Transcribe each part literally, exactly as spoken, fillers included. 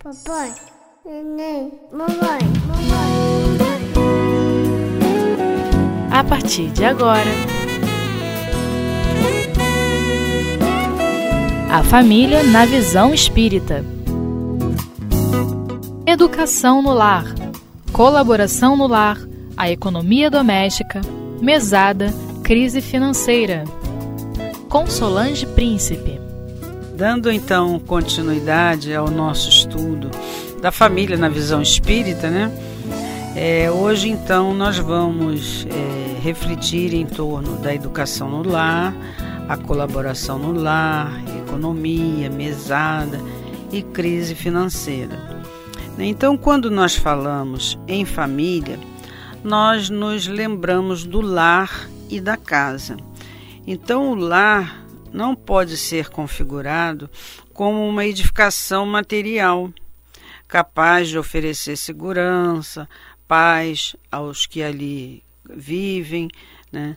Papai, neném, mamãe, mamãe. A partir de agora, a família na visão espírita. Educação no lar, colaboração no lar, a economia doméstica, mesada, crise financeira. Com Solange Príncipe. Dando então continuidade ao nosso estudo da família na visão espírita, né? É, hoje então nós vamos é, refletir em torno da educação no lar, a colaboração no lar, economia, mesada e crise financeira. Então, quando nós falamos em família, nós nos lembramos do lar e da casa. Então, o lar não pode ser configurado como uma edificação material, capaz de oferecer segurança, paz aos que ali vivem, né?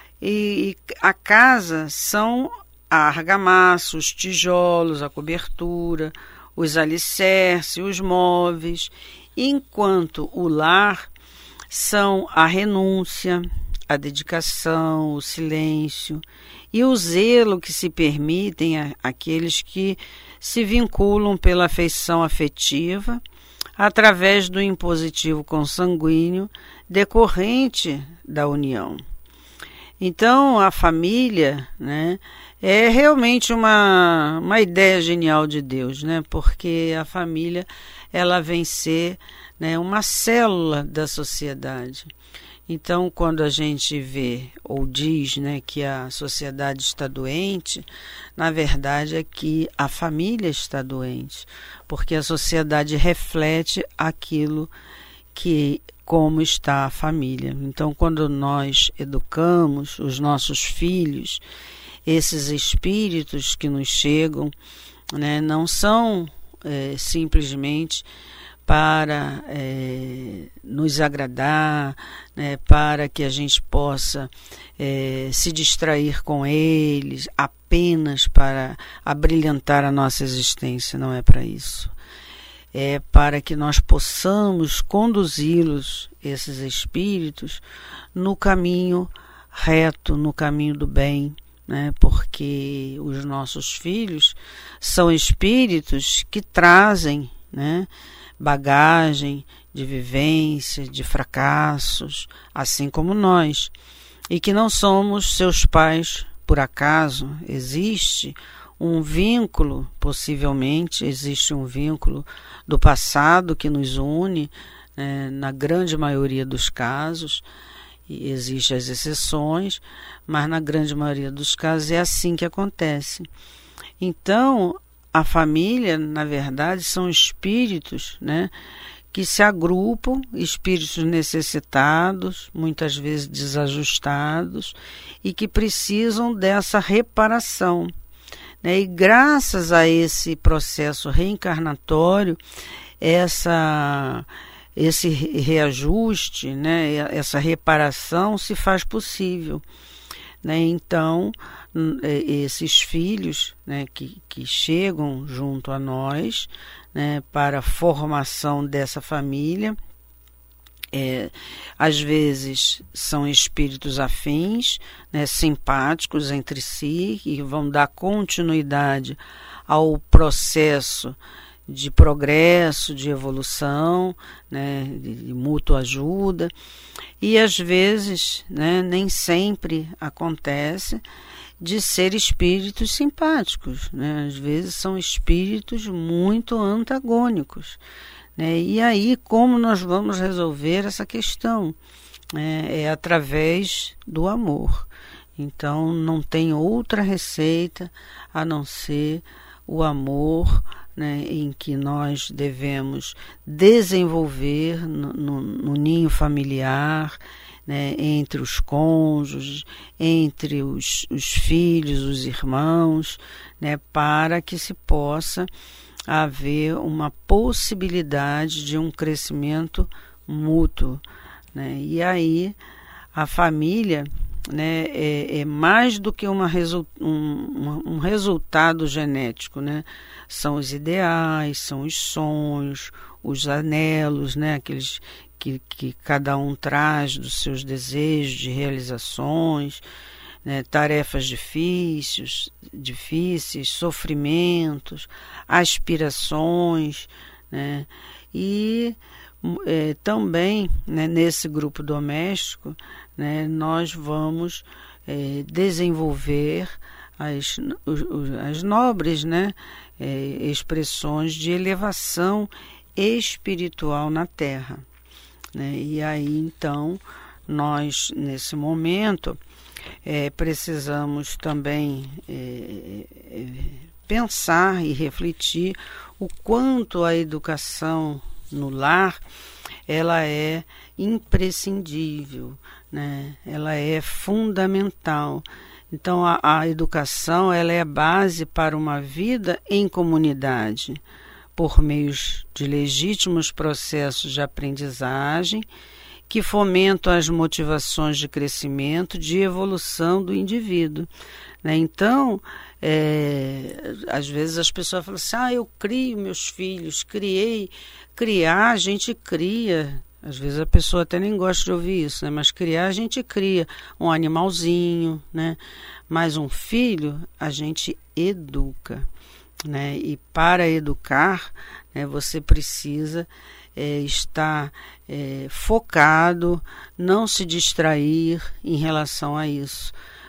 E a casa são a argamassa, os tijolos, a cobertura, os alicerces, os móveis, enquanto o lar são a renúncia, a dedicação, o silêncio e o zelo que se permitem a, àqueles que se vinculam pela afeição afetiva através do impositivo consanguíneo decorrente da união. Então, a família, né, é realmente uma, uma ideia genial de Deus, né, porque a família ela vem ser, né, uma célula da sociedade. Então, quando a gente vê ou diz, né, que a sociedade está doente, na verdade é que a família está doente, porque a sociedade reflete aquilo que, como está a família. Então, quando nós educamos os nossos filhos, esses espíritos que nos chegam, né, não são é, simplesmente para é, nos agradar, né, para que a gente possa é, se distrair com eles, apenas para abrilhantar a nossa existência. Não é para isso. É para que nós possamos conduzi-los, esses espíritos, no caminho reto, no caminho do bem, né? Porque os nossos filhos são espíritos que trazem, né, bagagem de vivência, de fracassos, assim como nós, e que não somos seus pais por acaso. Existe um vínculo, possivelmente existe um vínculo do passado que nos une, né, na grande maioria dos casos, e existem as exceções, mas na grande maioria dos casos é assim que acontece. Então, a família, na verdade, são espíritos, né, que se agrupam, espíritos necessitados, muitas vezes desajustados, e que precisam dessa reparação, né? E graças a esse processo reencarnatório, essa, esse reajuste, né, essa reparação se faz possível, né? Então, esses filhos, né, que, que chegam junto a nós, né, para a formação dessa família, é, às vezes são espíritos afins, né, simpáticos entre si, e vão dar continuidade ao processo de progresso, de evolução, né, de mútua ajuda, e às vezes, né, nem sempre acontece de ser espíritos simpáticos, né? Às vezes são espíritos muito antagônicos, né? E aí, como nós vamos resolver essa questão? É, é através do amor. Então, não tem outra receita a não ser o amor, né, em que nós devemos desenvolver no, no, no ninho familiar, né, entre os cônjuges, entre os, os filhos, os irmãos, né, para que se possa haver uma possibilidade de um crescimento mútuo, né? E aí a família, né, é, é mais do que uma resu- um, um resultado genético, né? São os ideais, são os sonhos, os anelos, né, aqueles que, que cada um traz dos seus desejos de realizações, né, tarefas difíceis, difíceis, sofrimentos, aspirações, né, e é, também, né, nesse grupo doméstico, né, nós vamos é, desenvolver as, os, as nobres, né, é, expressões de elevação espiritual na Terra, né, e aí então nós nesse momento É, precisamos também é, é, pensar e refletir o quanto a educação no lar ela é imprescindível, né? Ela é fundamental. Então a, a educação ela é a base para uma vida em comunidade, por meio de legítimos processos de aprendizagem que fomentam as motivações de crescimento, de evolução do indivíduo, né? Então, é, às vezes as pessoas falam assim, ah, eu crio meus filhos, criei, criar a gente cria, às vezes a pessoa até nem gosta de ouvir isso, né? Mas criar a gente cria um animalzinho, né? Mas um filho a gente educa, né? E para educar, né, você precisa É, estar é, focado, não se distrair em relação a isso,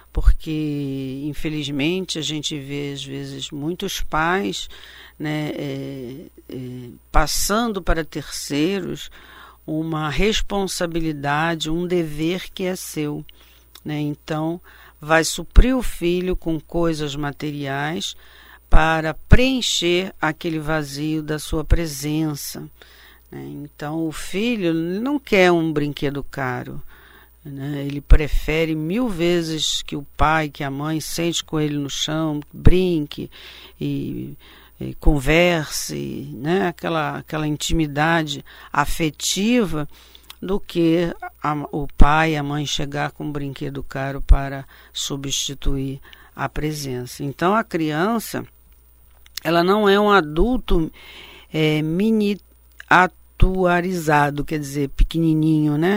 porque infelizmente a gente vê às vezes muitos pais, né, é, é, passando para terceiros uma responsabilidade, um dever que é seu, né? Então vai suprir o filho com coisas materiais para preencher aquele vazio da sua presença. Então o filho não quer um brinquedo caro, né? Ele prefere mil vezes que o pai, que a mãe sente com ele no chão, brinque e, e converse, né? aquela, aquela intimidade afetiva, do que a, o pai e a mãe chegar com um brinquedo caro para substituir a presença. Então a criança ela não é um adulto é, mini atuarizado, quer dizer, pequenininho, né?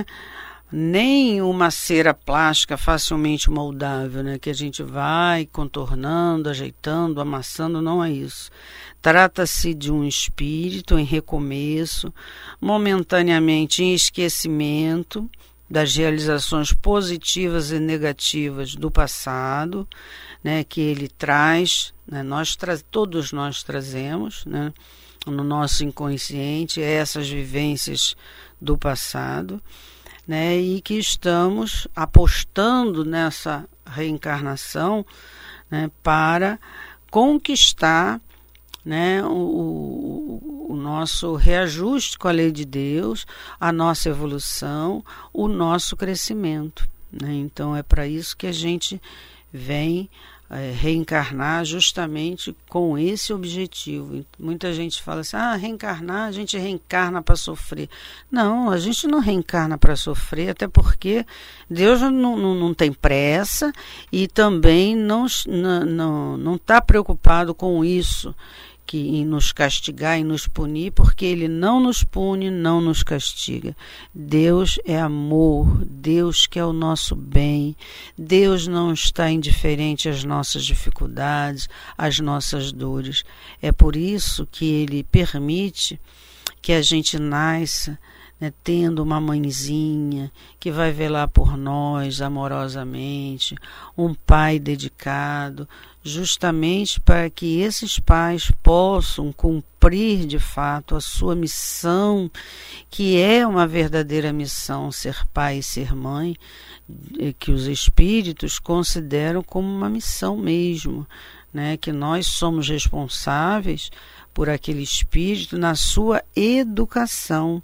Nem uma cera plástica facilmente moldável, né? Que a gente vai contornando, ajeitando, amassando, não é isso. Trata-se de um espírito em recomeço, momentaneamente em esquecimento das realizações positivas e negativas do passado, né? Que ele traz, né? Nós tra- todos nós trazemos, né? No nosso inconsciente, essas vivências do passado, né, e que estamos apostando nessa reencarnação, né, para conquistar, né, o, o nosso reajuste com a lei de Deus, a nossa evolução, o nosso crescimento, né? Então é para isso que a gente vem É, reencarnar justamente com esse objetivo. Muita gente fala assim, ah, reencarnar, a gente reencarna para sofrer. Não, a gente não reencarna para sofrer, até porque Deus não, não, não tem pressa e também não está não, não tá preocupado com isso, que em nos castigar, em nos punir, porque Ele não nos pune, não nos castiga. Deus é amor, Deus quer o nosso bem, Deus não está indiferente às nossas dificuldades, às nossas dores. É por isso que Ele permite que a gente nasça, né, tendo uma mãezinha que vai velar por nós amorosamente, um pai dedicado, justamente para que esses pais possam cumprir de fato a sua missão, que é uma verdadeira missão, ser pai e ser mãe, que os espíritos consideram como uma missão mesmo, né? Que nós somos responsáveis por aquele espírito na sua educação.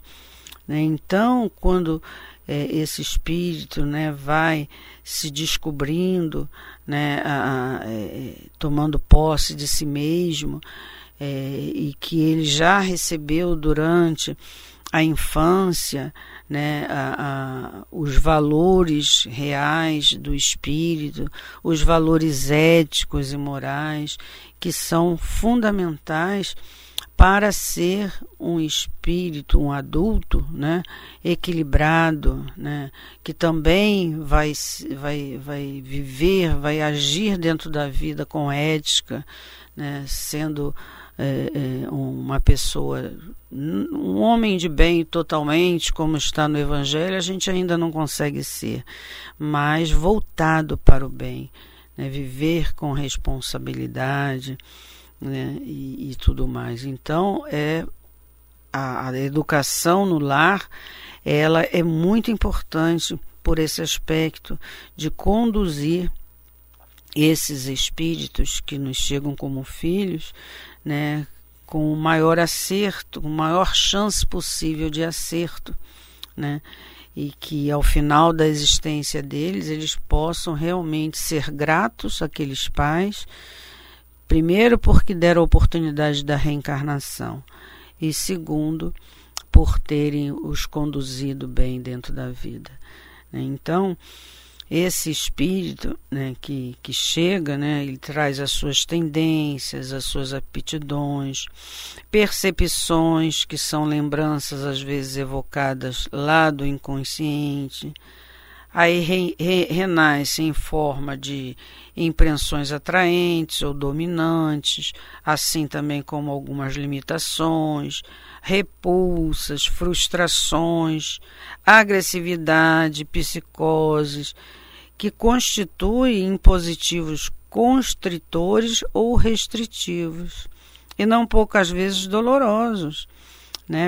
Então, quando é, esse espírito, né, vai se descobrindo, né, a, a, é, tomando posse de si mesmo, é, e que ele já recebeu durante a infância, né, a, a, os valores reais do espírito, os valores éticos e morais que são fundamentais para ser um espírito, um adulto, né, equilibrado, né, que também vai, vai, vai viver, vai agir dentro da vida com ética, né, sendo é, é, uma pessoa, um homem de bem totalmente, como está no Evangelho, a gente ainda não consegue ser, mas voltado para o bem, né, viver com responsabilidade, né, e, e tudo mais. Então, é, a, a educação no lar, ela é muito importante por esse aspecto de conduzir esses espíritos que nos chegam como filhos, né, com o maior acerto, com a maior chance possível de acerto, né, e que ao final da existência deles, eles possam realmente ser gratos àqueles pais, primeiro, porque deram a oportunidade da reencarnação, e segundo, por terem os conduzido bem dentro da vida. Então, esse espírito, né, que, que chega, né, ele traz as suas tendências, as suas aptidões, percepções, que são lembranças às vezes evocadas lá do inconsciente. Aí re, re, renasce em forma de impressões atraentes ou dominantes, assim também como algumas limitações, repulsas, frustrações, agressividade, psicoses, que constituem impositivos constritores ou restritivos, e não poucas vezes dolorosos, né?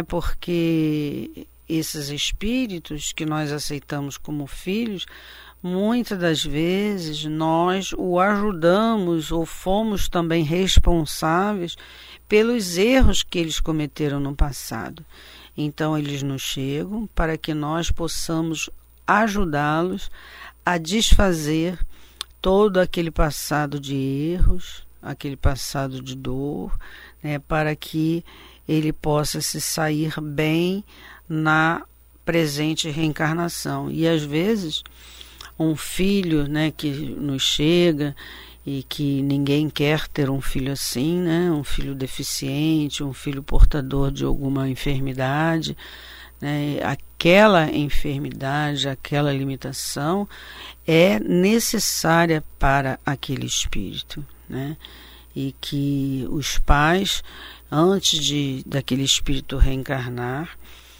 Porque esses espíritos que nós aceitamos como filhos, muitas das vezes nós o ajudamos ou fomos também responsáveis pelos erros que eles cometeram no passado. Então eles nos chegam para que nós possamos ajudá-los a desfazer todo aquele passado de erros, aquele passado de dor, né, para que ele possa se sair bem na presente reencarnação. E às vezes um filho, né, que nos chega e que ninguém quer ter um filho assim, né, um filho deficiente, um filho portador de alguma enfermidade, né, aquela enfermidade, aquela limitação é necessária para aquele espírito, né, e que os pais, antes de daquele espírito reencarnar,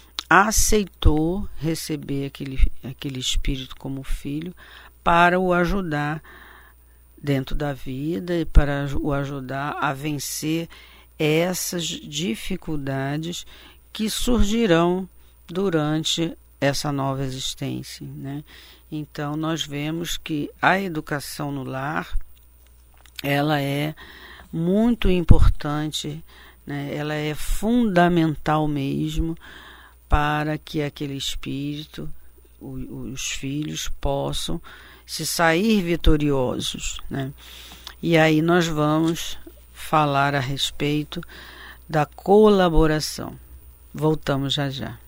aceitou receber aquele, aquele espírito como filho para o ajudar dentro da vida e para o ajudar a vencer essas dificuldades que surgirão durante essa nova existência, né? Então nós vemos que a educação no lar, ela é muito importante, né? Ela é fundamental mesmo para que aquele espírito, os filhos, possam se sair vitoriosos, né? E aí nós vamos falar a respeito da colaboração. Voltamos já já.